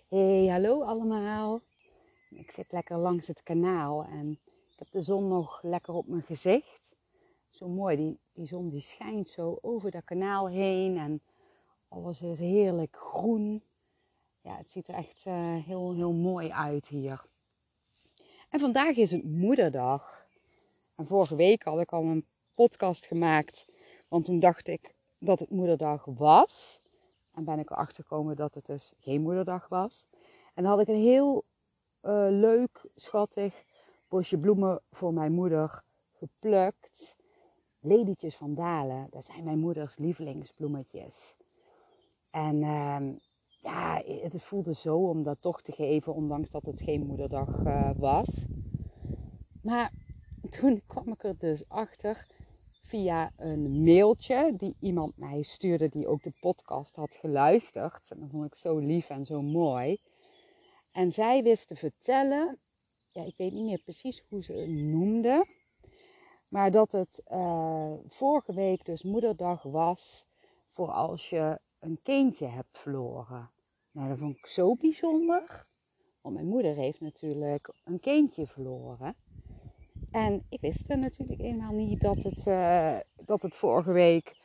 Hey, hallo allemaal. Ik zit lekker langs het kanaal en ik heb de zon nog lekker op mijn gezicht. Zo mooi, die zon die schijnt zo over dat kanaal heen en alles is heerlijk groen. Ja, het ziet er echt heel, heel mooi uit hier. En vandaag is het Moederdag. En vorige week had ik al een podcast gemaakt, want toen dacht ik dat het Moederdag was. En ben ik erachter gekomen dat het dus geen Moederdag was. En dan had ik een heel leuk, schattig bosje bloemen voor mijn moeder geplukt. Lelietjes van Dalen, dat zijn mijn moeders lievelingsbloemetjes. En ja, het voelde zo om dat toch te geven, ondanks dat het geen Moederdag was. Maar toen kwam ik er dus achter via een mailtje die iemand mij stuurde die ook de podcast had geluisterd. En dat vond ik zo lief en zo mooi. En zij wist te vertellen, ja, ik weet niet meer precies hoe ze het noemde, maar dat het vorige week dus Moederdag was voor als je een kindje hebt verloren. Nou, dat vond ik zo bijzonder, want mijn moeder heeft natuurlijk een kindje verloren. En ik wist er natuurlijk eenmaal niet dat het vorige week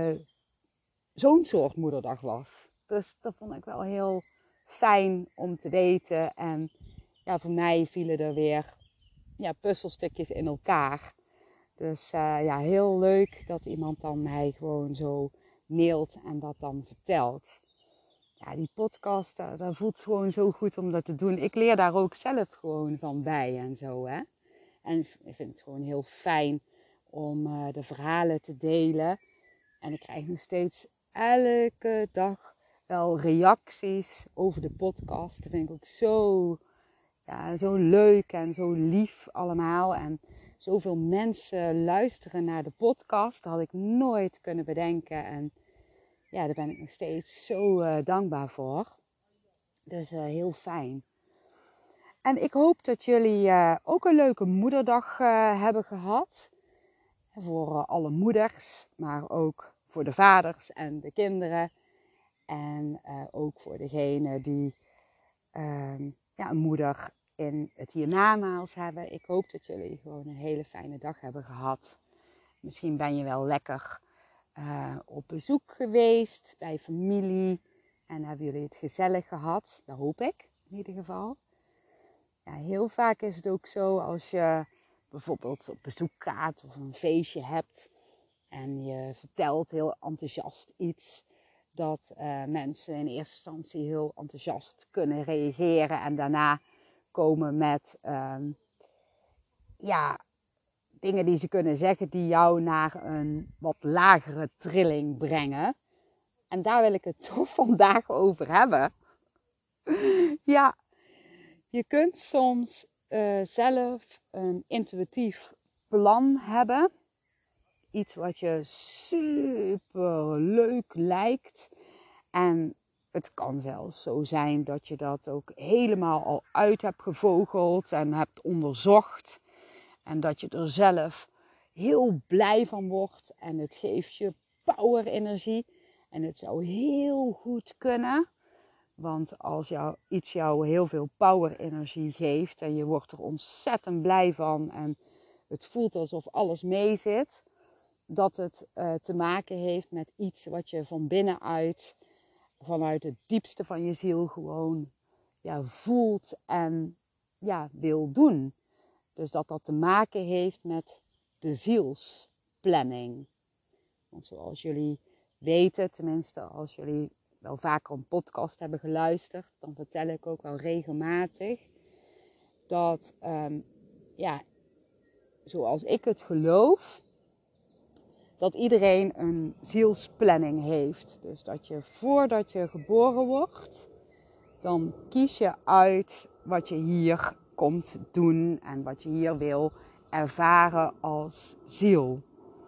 zo'n soort Moederdag was. Dus dat vond ik wel heel fijn om te weten. En ja, voor mij vielen er weer puzzelstukjes in elkaar. Dus ja, heel leuk dat iemand dan mij gewoon zo mailt en dat dan vertelt. Ja, die podcast, dat voelt gewoon zo goed om dat te doen. Ik leer daar ook zelf gewoon van bij en zo, hè. En ik vind het gewoon heel fijn om de verhalen te delen. En ik krijg nog steeds elke dag wel reacties over de podcast. Dat vind ik ook zo leuk en zo lief allemaal. En zoveel mensen luisteren naar de podcast. Dat had ik nooit kunnen bedenken. En ja, daar ben ik nog steeds zo dankbaar voor. Dus heel fijn. En ik hoop dat jullie ook een leuke moederdag hebben gehad. Voor alle moeders, maar ook voor de vaders en de kinderen. En ook voor degene die een moeder in het hiernamaals hebben. Ik hoop dat jullie gewoon een hele fijne dag hebben gehad. Misschien ben je wel lekker op bezoek geweest bij familie. En hebben jullie het gezellig gehad. Dat hoop ik in ieder geval. Ja, heel vaak is het ook zo als je bijvoorbeeld op bezoek gaat of een feestje hebt. En je vertelt heel enthousiast iets. Dat mensen in eerste instantie heel enthousiast kunnen reageren. En daarna komen met dingen die ze kunnen zeggen die jou naar een wat lagere trilling brengen. En daar wil ik het toch vandaag over hebben. Ja, je kunt soms zelf een intuïtief plan hebben. Iets wat je super leuk lijkt. En het kan zelfs zo zijn dat je dat ook helemaal al uit hebt gevogeld en hebt onderzocht. En dat je er zelf heel blij van wordt. En het geeft je power energie. En het zou heel goed kunnen. Want als iets jou heel veel power energie geeft. En je wordt er ontzettend blij van. En het voelt alsof alles meezit. Dat het te maken heeft met iets wat je van binnenuit, vanuit het diepste van je ziel gewoon voelt en wil doen. Dus dat te maken heeft met de zielsplanning. Want zoals jullie weten, tenminste als jullie wel vaker een podcast hebben geluisterd, dan vertel ik ook wel regelmatig dat, zoals ik het geloof, dat iedereen een zielsplanning heeft. Dus dat je voordat je geboren wordt, dan kies je uit wat je hier komt doen en wat je hier wil ervaren als ziel.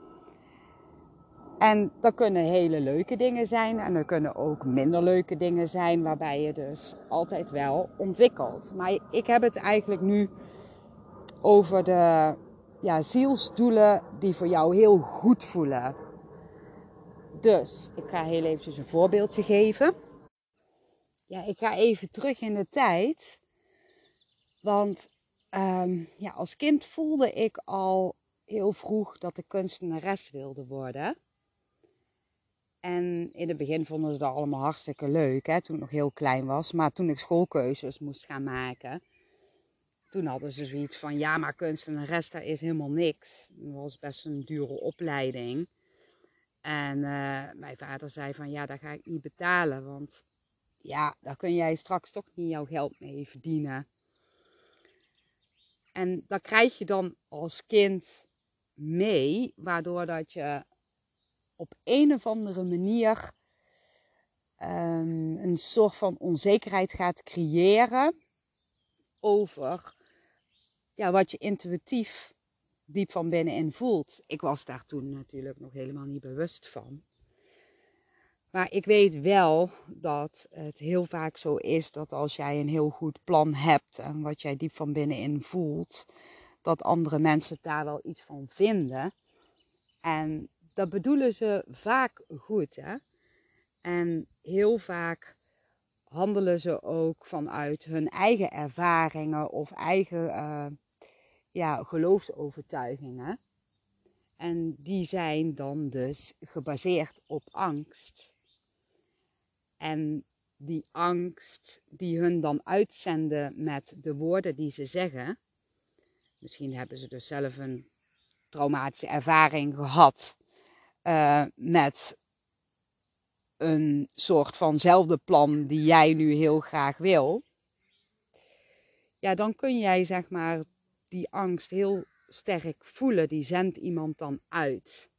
En dat kunnen hele leuke dingen zijn en er kunnen ook minder leuke dingen zijn waarbij je dus altijd wel ontwikkelt. Maar ik heb het eigenlijk nu over de zielsdoelen die voor jou heel goed voelen. Dus ik ga heel eventjes een voorbeeldje geven. Ja, ik ga even terug in de tijd. Want als kind voelde ik al heel vroeg dat ik kunstenares wilde worden. En in het begin vonden ze dat allemaal hartstikke leuk, hè, toen ik nog heel klein was. Maar toen ik schoolkeuzes moest gaan maken, toen hadden ze zoiets van, ja, maar kunstenares, dat is helemaal niks. Dat was best een dure opleiding. En mijn vader zei van, ja, dat ga ik niet betalen, want ja, daar kun jij straks toch niet jouw geld mee verdienen. En dat krijg je dan als kind mee, waardoor dat je op een of andere manier een soort van onzekerheid gaat creëren over wat je intuïtief diep van binnenin voelt. Ik was daar toen natuurlijk nog helemaal niet bewust van. Maar ik weet wel dat het heel vaak zo is dat als jij een heel goed plan hebt en wat jij diep van binnenin voelt, dat andere mensen daar wel iets van vinden. En dat bedoelen ze vaak goed, hè? En heel vaak handelen ze ook vanuit hun eigen ervaringen of eigen geloofsovertuigingen. En die zijn dan dus gebaseerd op angst. En die angst die hun dan uitzenden met de woorden die ze zeggen. Misschien hebben ze dus zelf een traumatische ervaring gehad met een soort vanzelfde plan die jij nu heel graag wil. Ja, dan kun jij zeg maar die angst heel sterk voelen. Die zendt iemand dan uit.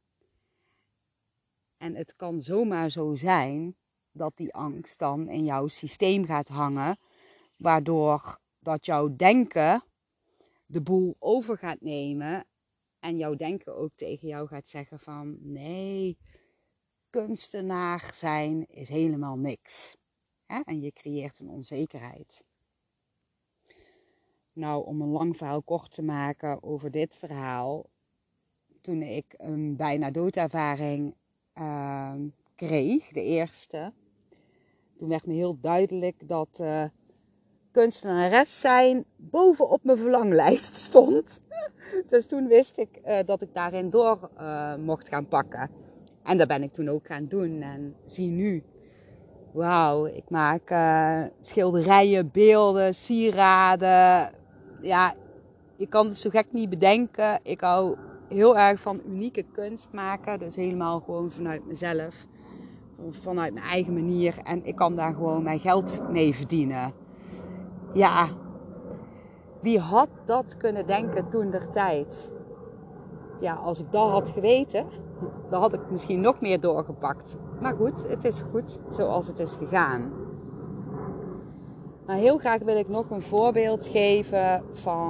En het kan zomaar zo zijn dat die angst dan in jouw systeem gaat hangen. Waardoor dat jouw denken de boel over gaat nemen. En jouw denken ook tegen jou gaat zeggen van nee, kunstenaar zijn is helemaal niks. En je creëert een onzekerheid. Nou, om een lang verhaal kort te maken over dit verhaal. Toen ik een bijna doodervaring kreeg, de eerste. Toen werd me heel duidelijk dat kunstenares zijn bovenop mijn verlanglijst stond. Dus toen wist ik dat ik daarin door mocht gaan pakken. En dat ben ik toen ook gaan doen. En zie nu, wauw, ik maak schilderijen, beelden, sieraden. Ja, je kan het zo gek niet bedenken. Ik hou heel erg van unieke kunst maken. Dus helemaal gewoon vanuit mezelf. Vanuit mijn eigen manier. En ik kan daar gewoon mijn geld mee verdienen. Ja, wie had dat kunnen denken toen der tijd? Ja, als ik dat had geweten, dan had ik misschien nog meer doorgepakt. Maar goed, het is goed zoals het is gegaan. Maar heel graag wil ik nog een voorbeeld geven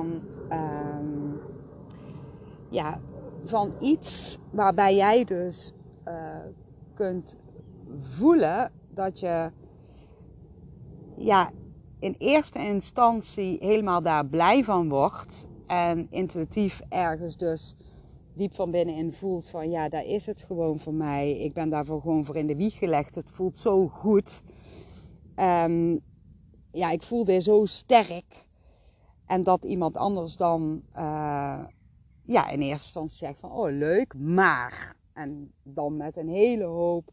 van iets waarbij jij dus kunt voelen dat je in eerste instantie helemaal daar blij van wordt. En intuïtief ergens dus diep van binnenin voelt van ja, daar is het gewoon voor mij. Ik ben daarvoor gewoon voor in de wieg gelegd. Het voelt zo goed. Ik voel dit zo sterk. En dat iemand anders dan in eerste instantie zegt van oh leuk, maar. En dan met een hele hoop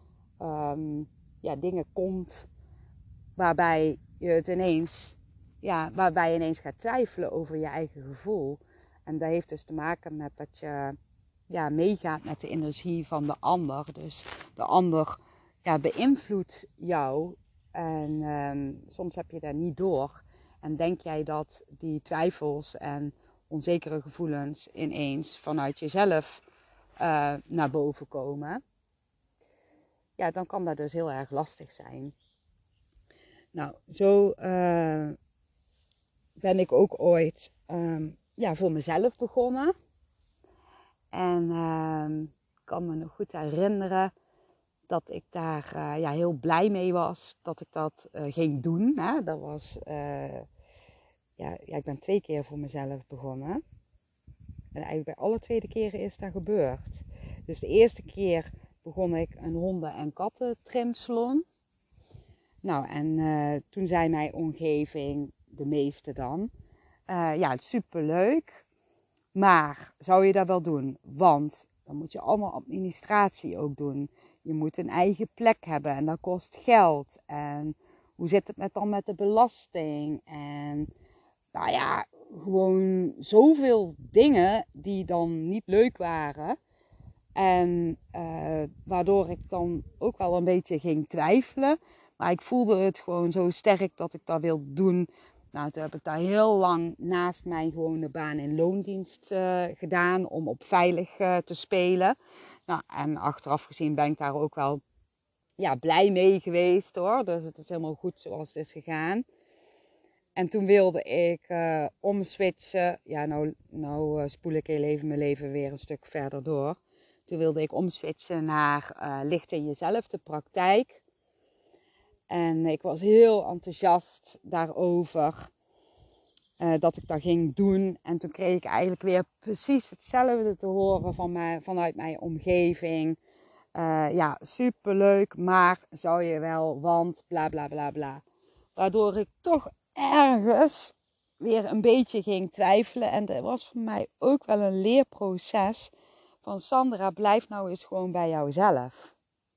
dingen komt waarbij je het waarbij je ineens gaat twijfelen over je eigen gevoel. En dat heeft dus te maken met dat je meegaat met de energie van de ander. Dus de ander beïnvloedt jou. En soms heb je dat niet door. En denk jij dat die twijfels en onzekere gevoelens ineens vanuit jezelf naar boven komen. Ja, dan kan dat dus heel erg lastig zijn. Nou, zo ben ik ook ooit voor mezelf begonnen. En ik kan me nog goed herinneren dat ik daar heel blij mee was dat ik dat ging doen. Hè. Dat was, ik ben 2 keer voor mezelf begonnen. En eigenlijk bij alle 2 keren is dat gebeurd. Dus de eerste keer begon ik een honden- en kattentrimsalon. Nou, en toen zei mijn omgeving, de meeste dan, ja, het is superleuk, maar zou je dat wel doen? Want dan moet je allemaal administratie ook doen. Je moet een eigen plek hebben en dat kost geld. En hoe zit het dan met de belasting? En nou ja, gewoon zoveel dingen die dan niet leuk waren. En waardoor ik dan ook wel een beetje ging twijfelen. Maar ik voelde het gewoon zo sterk dat ik dat wilde doen. Nou, toen heb ik daar heel lang naast mijn gewone baan in loondienst gedaan. Om op veilig te spelen. Nou, en achteraf gezien ben ik daar ook wel blij mee geweest hoor. Dus het is helemaal goed zoals het is gegaan. En toen wilde ik omswitchen. Ja, nou spoel ik heel even mijn leven weer een stuk verder door. Toen wilde ik omswitchen naar licht in jezelf, de praktijk. En ik was heel enthousiast daarover dat ik dat ging doen. En toen kreeg ik eigenlijk weer precies hetzelfde te horen vanuit mijn omgeving. Ja, superleuk, maar zou je wel, want bla bla bla bla. Waardoor ik toch ergens weer een beetje ging twijfelen. En dat was voor mij ook wel een leerproces. Van Sandra, blijf nou eens gewoon bij jouzelf.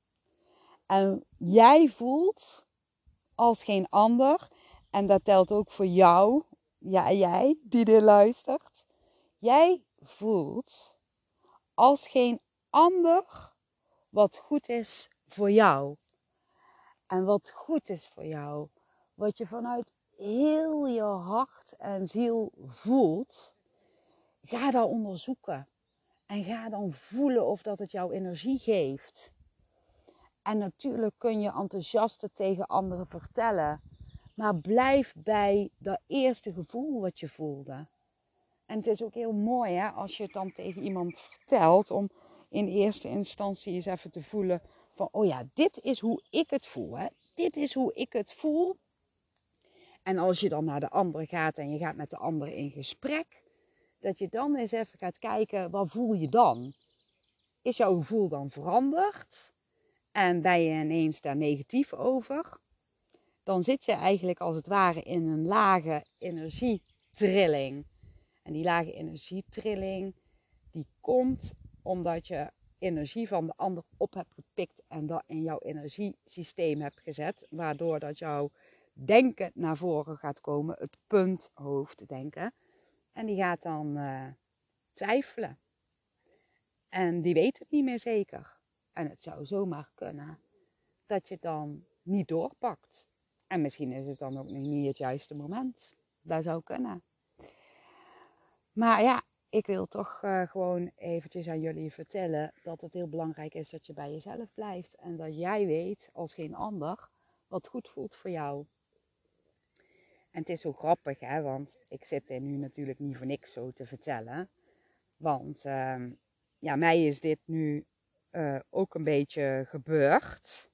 En jij voelt als geen ander. En dat telt ook voor jou. Ja, jij die er luistert. Jij voelt als geen ander wat goed is voor jou. En wat goed is voor jou. Wat je vanuit heel je hart en ziel voelt. Ga dat onderzoeken. En ga dan voelen of dat het jouw energie geeft. En natuurlijk kun je enthousiast tegen anderen vertellen. Maar blijf bij dat eerste gevoel wat je voelde. En het is ook heel mooi hè, als je het dan tegen iemand vertelt. Om in eerste instantie eens even te voelen van, oh ja, dit is hoe ik het voel. Hè. Dit is hoe ik het voel. En als je dan naar de ander gaat en je gaat met de ander in gesprek. Dat je dan eens even gaat kijken, wat voel je dan? Is jouw gevoel dan veranderd? En ben je ineens daar negatief over? Dan zit je eigenlijk als het ware in een lage energietrilling. En die lage energietrilling, die komt omdat je energie van de ander op hebt gepikt en dat in jouw energiesysteem hebt gezet. Waardoor dat jouw denken naar voren gaat komen, het punthoofddenken. En die gaat dan twijfelen. En die weet het niet meer zeker. En het zou zomaar kunnen dat je dan niet doorpakt. En misschien is het dan ook nog niet het juiste moment. Dat zou kunnen. Maar ja, ik wil toch gewoon eventjes aan jullie vertellen dat het heel belangrijk is dat je bij jezelf blijft. En dat jij weet als geen ander wat goed voelt voor jou. En het is zo grappig hè, want ik zit er nu natuurlijk niet voor niks zo te vertellen. Want ja, mij is dit nu ook een beetje gebeurd.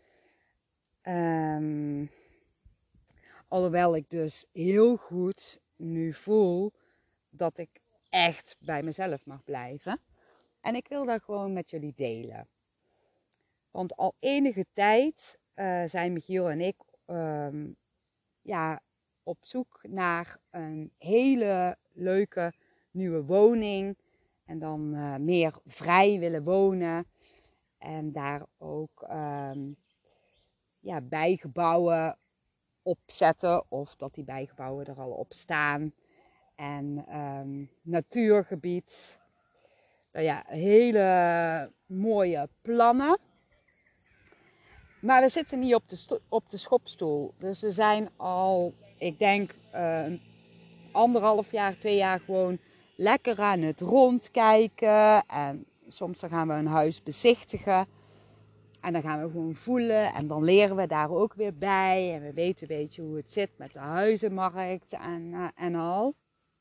Alhoewel ik dus heel goed nu voel dat ik echt bij mezelf mag blijven. En ik wil dat gewoon met jullie delen. Want al enige tijd zijn Michiel en ik op zoek naar een hele leuke nieuwe woning. En dan meer vrij willen wonen. En daar ook bijgebouwen opzetten. Of dat die bijgebouwen er al op staan. En natuurgebied. Nou ja, hele mooie plannen. Maar we zitten niet op de schopstoel. Dus we zijn al, ik denk, 1,5 jaar, 2 jaar gewoon lekker aan het rondkijken. En soms dan gaan we een huis bezichtigen. En dan gaan we gewoon voelen. En dan leren we daar ook weer bij. En we weten een beetje hoe het zit met de huizenmarkt en al.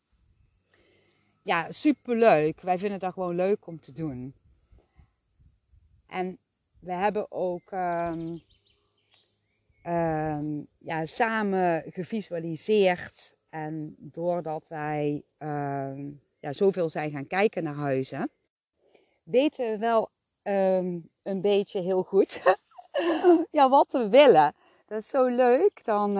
Ja, superleuk. Wij vinden dat gewoon leuk om te doen. En we hebben ook samen gevisualiseerd. En doordat wij zoveel zijn gaan kijken naar huizen, weten we wel een beetje heel goed ja, wat we willen. dat is zo leuk. Dan,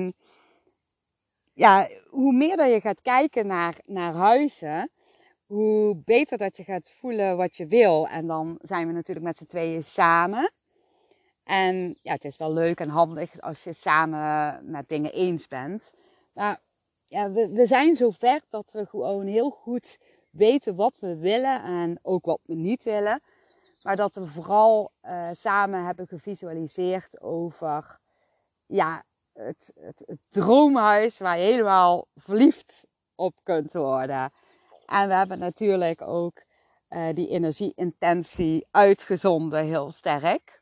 hoe meer dat je gaat kijken naar huizen, hoe beter dat je gaat voelen wat je wil. En dan zijn we natuurlijk met z'n tweeën samen. En ja, het is wel leuk en handig als je samen met dingen eens bent. Maar ja, we zijn zover dat we gewoon heel goed weten wat we willen en ook wat we niet willen. Maar dat we vooral samen hebben gevisualiseerd over ja, het droomhuis waar je helemaal verliefd op kunt worden. En we hebben natuurlijk ook die energie-intentie uitgezonden heel sterk.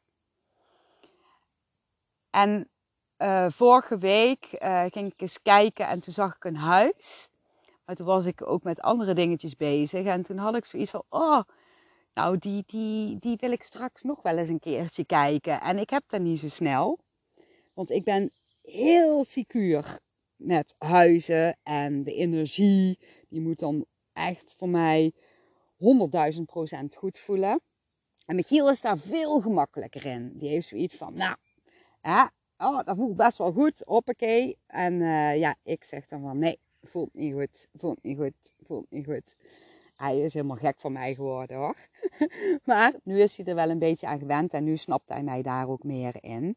En vorige week ging ik eens kijken en toen zag ik een huis. Maar toen was ik ook met andere dingetjes bezig. En toen had ik zoiets van, nou die wil ik straks nog wel eens een keertje kijken. En ik heb dat niet zo snel. Want ik ben heel secuur met huizen en de energie. Die moet dan echt voor mij 100.000% goed voelen. En Michiel is daar veel gemakkelijker in. Die heeft zoiets van, nou, dat voelt best wel goed, hoppakee. En ik zeg dan van, nee, voelt niet goed. Hij is helemaal gek van mij geworden hoor. Maar nu is hij er wel een beetje aan gewend en nu snapt hij mij daar ook meer in.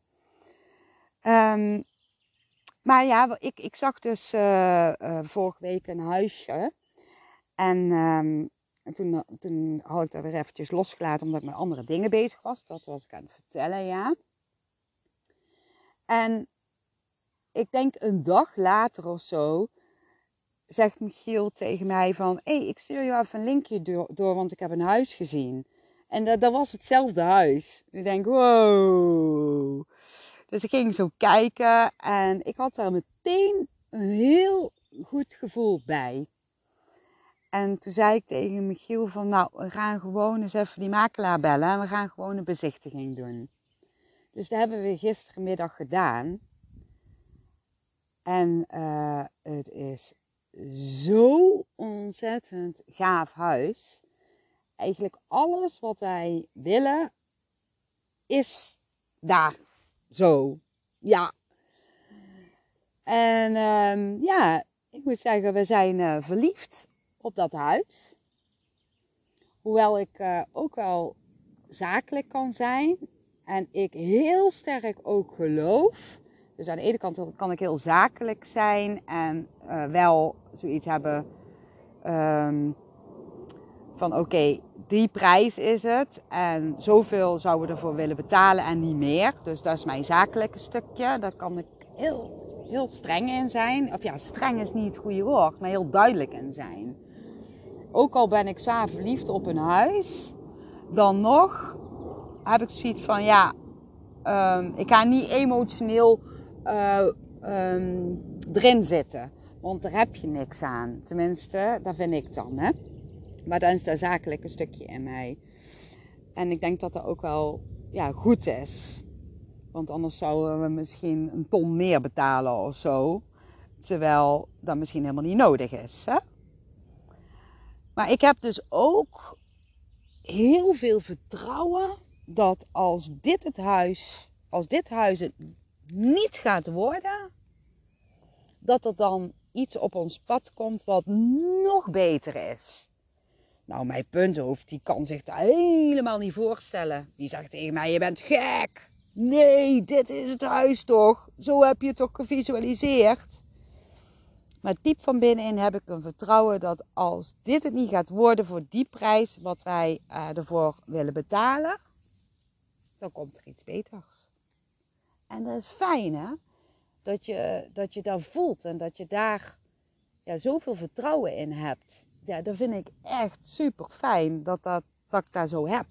Maar ja, ik zag dus vorige week een huisje. En toen had ik dat weer eventjes losgelaten omdat ik met andere dingen bezig was. Dat was ik aan het vertellen, ja. En ik denk een dag later of zo zegt Michiel tegen mij van, ik stuur je even een linkje door, want ik heb een huis gezien. En dat was hetzelfde huis. Ik denk, wow. Dus ik ging zo kijken en ik had daar meteen een heel goed gevoel bij. En toen zei ik tegen Michiel van, nou, we gaan gewoon eens even die makelaar bellen en we gaan gewoon een bezichtiging doen. Dus dat hebben we gistermiddag gedaan. En het is zo ontzettend gaaf huis. Eigenlijk alles wat wij willen is daar zo. Ja. En ik moet zeggen, we zijn verliefd op dat huis. Hoewel ik ook wel zakelijk kan zijn. En ik heel sterk ook geloof. Dus aan de ene kant kan ik heel zakelijk zijn. En wel zoiets hebben van oké, die prijs is het. En zoveel zouden we ervoor willen betalen en niet meer. Dus dat is mijn zakelijke stukje. Daar kan ik heel streng in zijn. Of ja, streng is niet het goede woord. Maar heel duidelijk in zijn. Ook al ben ik zwaar verliefd op een huis. Dan nog heb ik zoiets van ik ga niet emotioneel erin zitten. Want daar heb je niks aan. Tenminste, dat vind ik dan. Hè? Maar dan is dat zakelijke stukje in mij. En ik denk dat dat ook wel goed is. Want anders zouden we misschien een ton meer betalen of zo. Terwijl dat misschien helemaal niet nodig is. Hè? Maar ik heb dus ook heel veel vertrouwen dat als dit huis het niet gaat worden, dat er dan iets op ons pad komt wat nog beter is. Nou, mijn punthoofd, die kan zich dat helemaal niet voorstellen. Die zegt tegen mij, je bent gek. Nee, dit is het huis toch? Zo heb je het toch gevisualiseerd? Maar diep van binnenin heb ik een vertrouwen dat als dit het niet gaat worden voor die prijs wat wij ervoor willen betalen, dan komt er iets beters. En dat is fijn hè, dat je dat voelt en dat je daar zoveel vertrouwen in hebt. Ja, dat vind ik echt super fijn dat ik dat zo heb.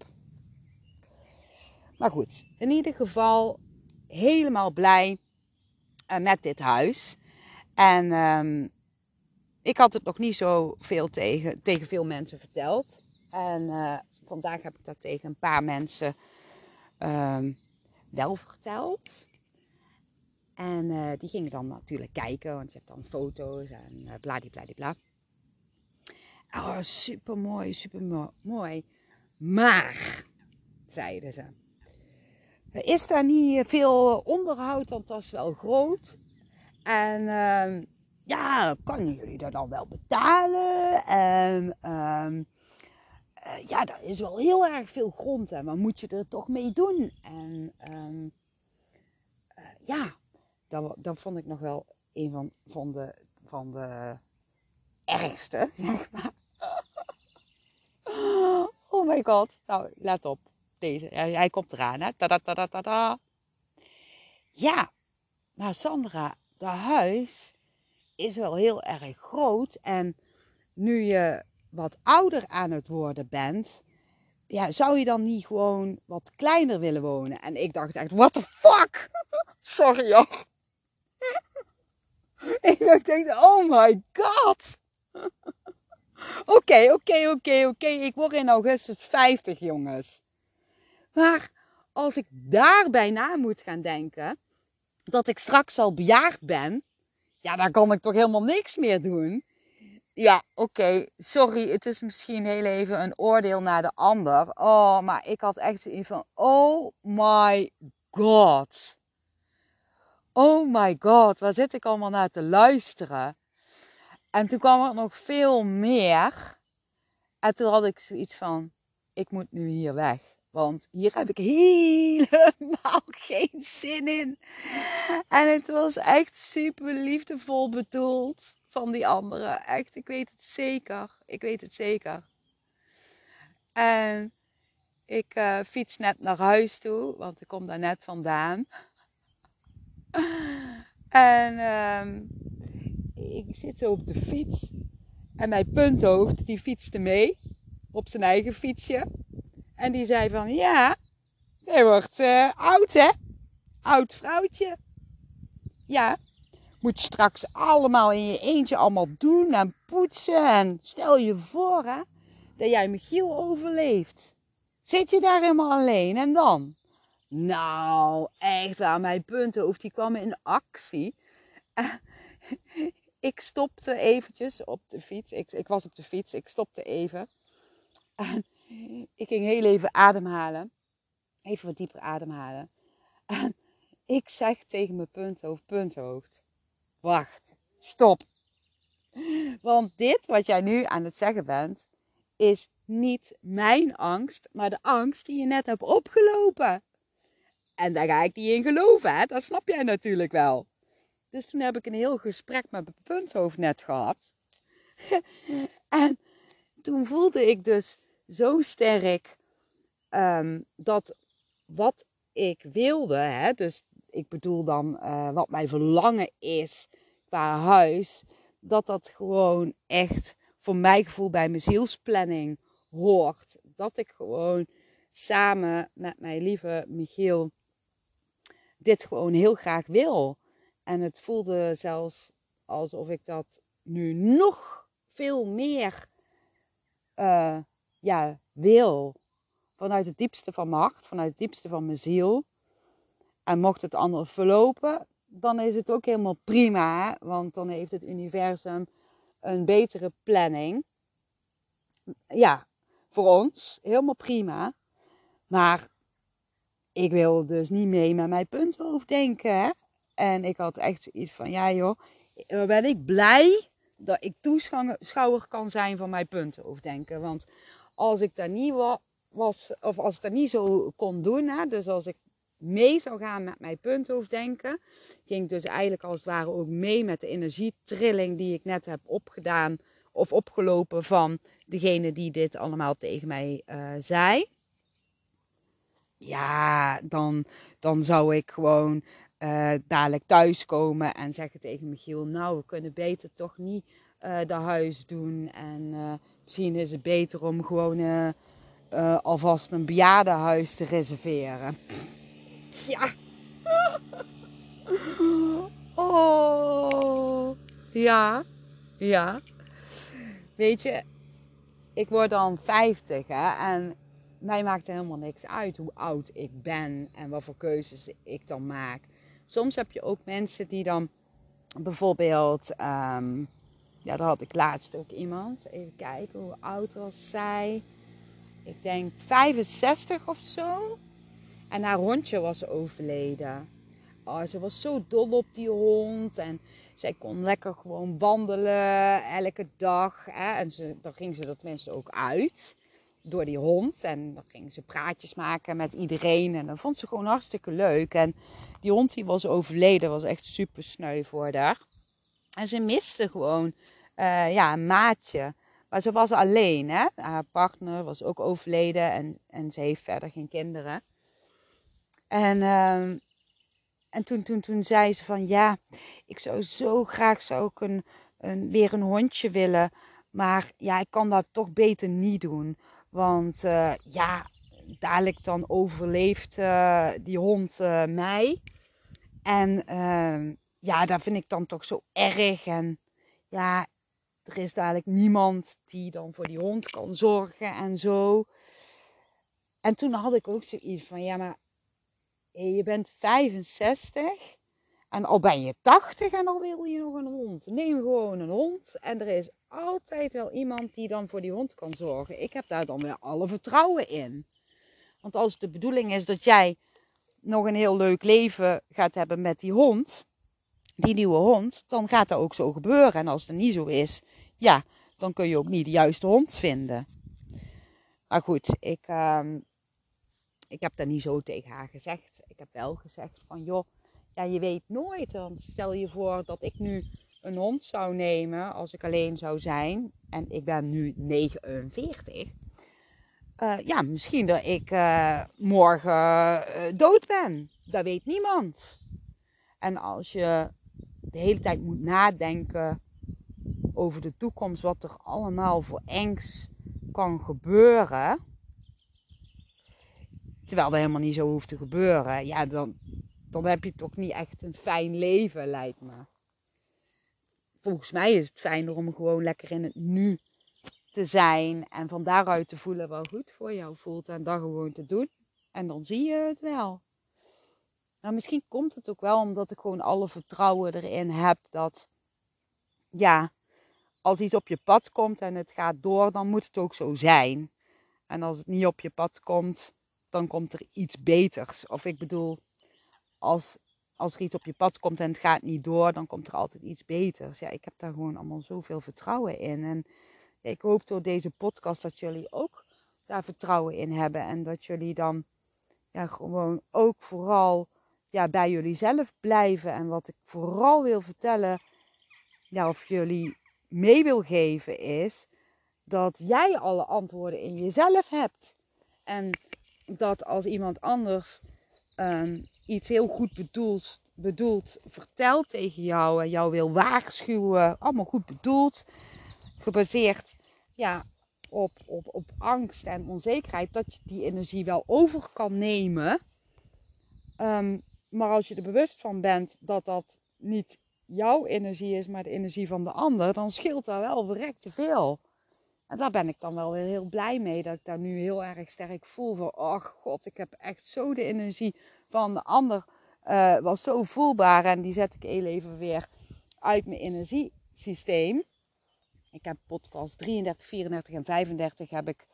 Maar goed, in ieder geval helemaal blij met dit huis. En ik had het nog niet zo veel tegen veel mensen verteld. En vandaag heb ik dat tegen een paar mensen wel verteld. En die gingen dan natuurlijk kijken, want je hebt dan foto's en bladibladibla. Oh, super mooi. Maar, zeiden ze. is daar niet veel onderhoud, want dat is wel groot. En ja, kunnen jullie dat dan wel betalen? En ja, daar is wel heel erg veel grond en wat moet je er toch mee doen? En ja, dat vond ik nog wel een van de ergste, zeg maar. Oh my god. Nou, let op. Deze, hij komt eraan, hè. Tada. Ja, maar Sandra, dat huis is wel heel erg groot. En nu je wat ouder aan het worden bent, ja, zou je dan niet gewoon wat kleiner willen wonen? En ik dacht echt, what the fuck? Sorry joh. Ik dacht, oh my god. Oké. Ik word in augustus 50, jongens. Maar als ik daarbij na moet gaan denken, dat ik straks al bejaard ben, ja, dan kan ik toch helemaal niks meer doen. Ja, oké, sorry, het is misschien heel even een oordeel naar de ander. Oh, maar ik had echt zoiets van, oh my god. Oh my god, waar zit ik allemaal naar te luisteren? En toen kwam er nog veel meer. En toen had ik zoiets van, ik moet nu hier weg. Want hier heb ik helemaal geen zin in. En het was echt super liefdevol bedoeld van die anderen. Echt, ik weet het zeker. Ik weet het zeker. En ik fiets net naar huis toe, want ik kom daar net vandaan. En ik zit zo op de fiets. En mijn punthoofd, die fietste mee op zijn eigen fietsje. En die zei van, ja, jij wordt oud hè? Oud vrouwtje. Ja, moet je straks allemaal in je eentje allemaal doen en poetsen. En stel je voor hè, dat jij Michiel overleeft. Zit je daar helemaal alleen en dan? Nou, echt waar, mijn punthoofd die kwam in actie. Ik stopte eventjes op de fiets. Ik was op de fiets, ik stopte even. En ik ging heel even ademhalen. Even wat dieper ademhalen. En ik zeg tegen mijn punthoofd. Wacht, stop. Want dit wat jij nu aan het zeggen bent, is niet mijn angst, maar de angst die je net hebt opgelopen. En daar ga ik niet in geloven, hè? Dat snap jij natuurlijk wel. Dus toen heb ik een heel gesprek met mijn punthoofd net gehad. En toen voelde ik dus zo sterk dat wat ik wilde, hè, dus ik bedoel dan wat mijn verlangen is qua huis, dat gewoon echt voor mijn gevoel bij mijn zielsplanning hoort. Dat ik gewoon samen met mijn lieve Michiel dit gewoon heel graag wil. En het voelde zelfs alsof ik dat nu nog veel meer wil. Vanuit het diepste van mijn hart, vanuit het diepste van mijn ziel. En mocht het anders verlopen, dan is het ook helemaal prima. Hè? Want dan heeft het universum een betere planning. Ja, voor ons. Helemaal prima. Maar ik wil dus niet mee met mijn punthoofd denken. Hè? En ik had echt zoiets van, ja joh, ben ik blij dat ik toeschouwer kan zijn van mijn punthoofd denken. Want als ik daar niet was, of als ik dat niet zo kon doen, hè, dus als ik mee zou gaan met mijn punthoofd denken, ging ik dus eigenlijk als het ware ook mee met de energietrilling die ik net heb opgedaan of opgelopen van degene die dit allemaal tegen mij zei. Ja, dan zou ik gewoon dadelijk thuiskomen en zeggen tegen Michiel, nou, we kunnen beter toch niet de huis doen. En misschien is het beter om gewoon alvast een bejaardenhuis te reserveren. Ja. Oh. Ja. Ja. Weet je, ik word dan 50 hè, en mij maakt er helemaal niks uit hoe oud ik ben en wat voor keuzes ik dan maak. Soms heb je ook mensen die dan bijvoorbeeld, ja, daar had ik laatst ook iemand. Even kijken, hoe oud was zij? Ik denk 65 of zo. En haar hondje was overleden. Oh, ze was zo dol op die hond. En zij kon lekker gewoon wandelen elke dag. Hè? En dan ging ze er tenminste ook uit. Door die hond. En dan ging ze praatjes maken met iedereen. En dat vond ze gewoon hartstikke leuk. En die hond die was overleden. Was echt super sneu voor haar. En ze miste gewoon een maatje. Maar ze was alleen. Hè? Haar partner was ook overleden. En ze heeft verder geen kinderen. En toen zei ze van ja, ik zou zo graag weer een hondje willen. Maar ja, ik kan dat toch beter niet doen. Want dadelijk dan overleeft die hond mij. En dat vind ik dan toch zo erg. En ja, er is dadelijk niemand die dan voor die hond kan zorgen en zo. En toen had ik ook zoiets van ja, maar je bent 65 en al ben je 80 en al wil je nog een hond. Neem gewoon een hond en er is altijd wel iemand die dan voor die hond kan zorgen. Ik heb daar dan weer alle vertrouwen in. Want als het de bedoeling is dat jij nog een heel leuk leven gaat hebben met die hond, die nieuwe hond, dan gaat dat ook zo gebeuren. En als het niet zo is, ja, dan kun je ook niet de juiste hond vinden. Maar goed, ik heb dat niet zo tegen haar gezegd. Ik heb wel gezegd van joh, ja, je weet nooit. Dan stel je voor dat ik nu een hond zou nemen als ik alleen zou zijn. En ik ben nu 49. Misschien dat ik morgen dood ben. Dat weet niemand. En als je de hele tijd moet nadenken over de toekomst, wat er allemaal voor engs kan gebeuren, terwijl dat helemaal niet zo hoeft te gebeuren, ja, dan heb je toch niet echt een fijn leven, lijkt me. Volgens mij is het fijner om gewoon lekker in het nu te zijn en van daaruit te voelen wat goed voor jou voelt en dat gewoon te doen. En dan zie je het wel. Nou, misschien komt het ook wel omdat ik gewoon alle vertrouwen erin heb dat, ja, als iets op je pad komt en het gaat door, dan moet het ook zo zijn. En als het niet op je pad komt, dan komt er iets beters. Of ik bedoel, als er iets op je pad komt en het gaat niet door, dan komt er altijd iets beters. Ja, ik heb daar gewoon allemaal zoveel vertrouwen in. En ik hoop door deze podcast dat jullie ook daar vertrouwen in hebben. En dat jullie dan gewoon ook vooral bij jullie zelf blijven. En wat ik vooral wil vertellen, of jullie mee wil geven, is dat jij alle antwoorden in jezelf hebt. En dat als iemand anders iets heel goed bedoeld vertelt tegen jou en jou wil waarschuwen, allemaal goed bedoeld, gebaseerd op angst en onzekerheid, dat je die energie wel over kan nemen. Maar als je er bewust van bent dat dat niet jouw energie is, maar de energie van de ander, dan scheelt dat wel verrekte veel. En daar ben ik dan wel weer heel blij mee, dat ik daar nu heel erg sterk voel van, oh god, ik heb echt zo de energie van de ander, was zo voelbaar en die zet ik heel even weer uit mijn energiesysteem. Ik heb podcast 33, 34 en 35 heb ik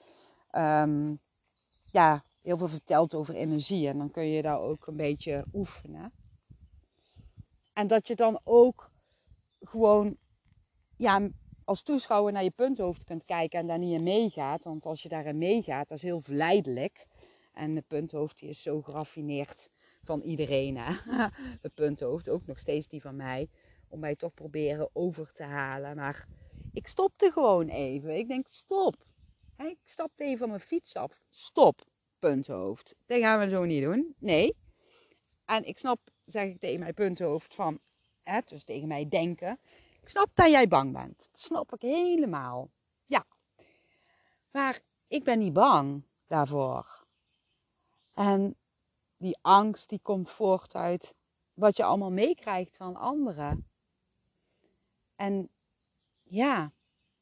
heel veel verteld over energie en dan kun je daar ook een beetje oefenen. En dat je dan ook gewoon als toeschouwer naar je punthoofd kunt kijken en daar niet in meegaat. Want als je daarin meegaat, dat is heel verleidelijk. En de punthoofd die is zo geraffineerd van iedereen. Hè? De punthoofd, ook nog steeds die van mij. Om mij toch proberen over te halen. Maar ik stopte gewoon even. Ik denk stop. Ik stapte even van mijn fiets af. Stop, punthoofd. Dat gaan we zo niet doen. Nee. En ik snap, zeg ik tegen mijn punthoofd van, dus tegen mij denken. Ik snap dat jij bang bent. Dat snap ik helemaal. Ja. Maar ik ben niet bang daarvoor. En die angst die komt voort uit wat je allemaal meekrijgt van anderen. En ja,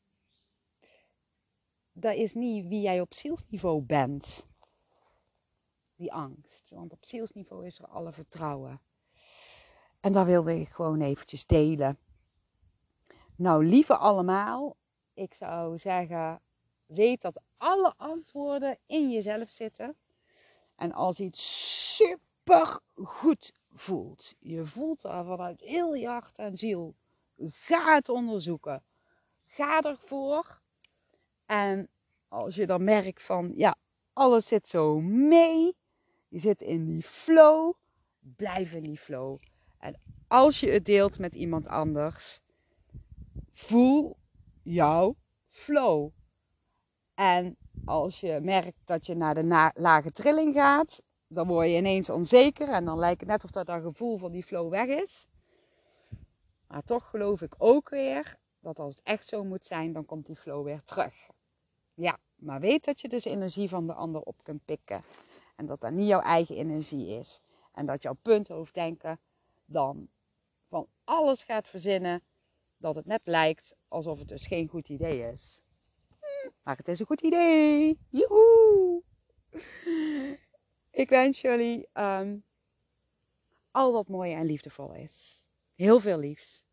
dat is niet wie jij op zielsniveau bent. Die angst. Want op zielsniveau is er alle vertrouwen. En dat wilde ik gewoon eventjes delen. Nou, lieve allemaal, ik zou zeggen, weet dat alle antwoorden in jezelf zitten. En als iets super goed voelt. Je voelt daar vanuit heel je hart en ziel. Ga het onderzoeken. Ga ervoor. En als je dan merkt van, ja, alles zit zo mee. Je zit in die flow. Blijf in die flow. En als je het deelt met iemand anders, voel jouw flow. En als je merkt dat je naar de lage trilling gaat, dan word je ineens onzeker. En dan lijkt het net of dat gevoel van die flow weg is. Maar toch geloof ik ook weer dat als het echt zo moet zijn, dan komt die flow weer terug. Ja, maar weet dat je dus energie van de ander op kunt pikken. En dat dat niet jouw eigen energie is. En dat jouw punthoofddenken dan van alles gaat verzinnen dat het net lijkt alsof het dus geen goed idee is. Maar het is een goed idee. Joehoe! Ik wens jullie al wat mooi en liefdevol is. Heel veel liefs.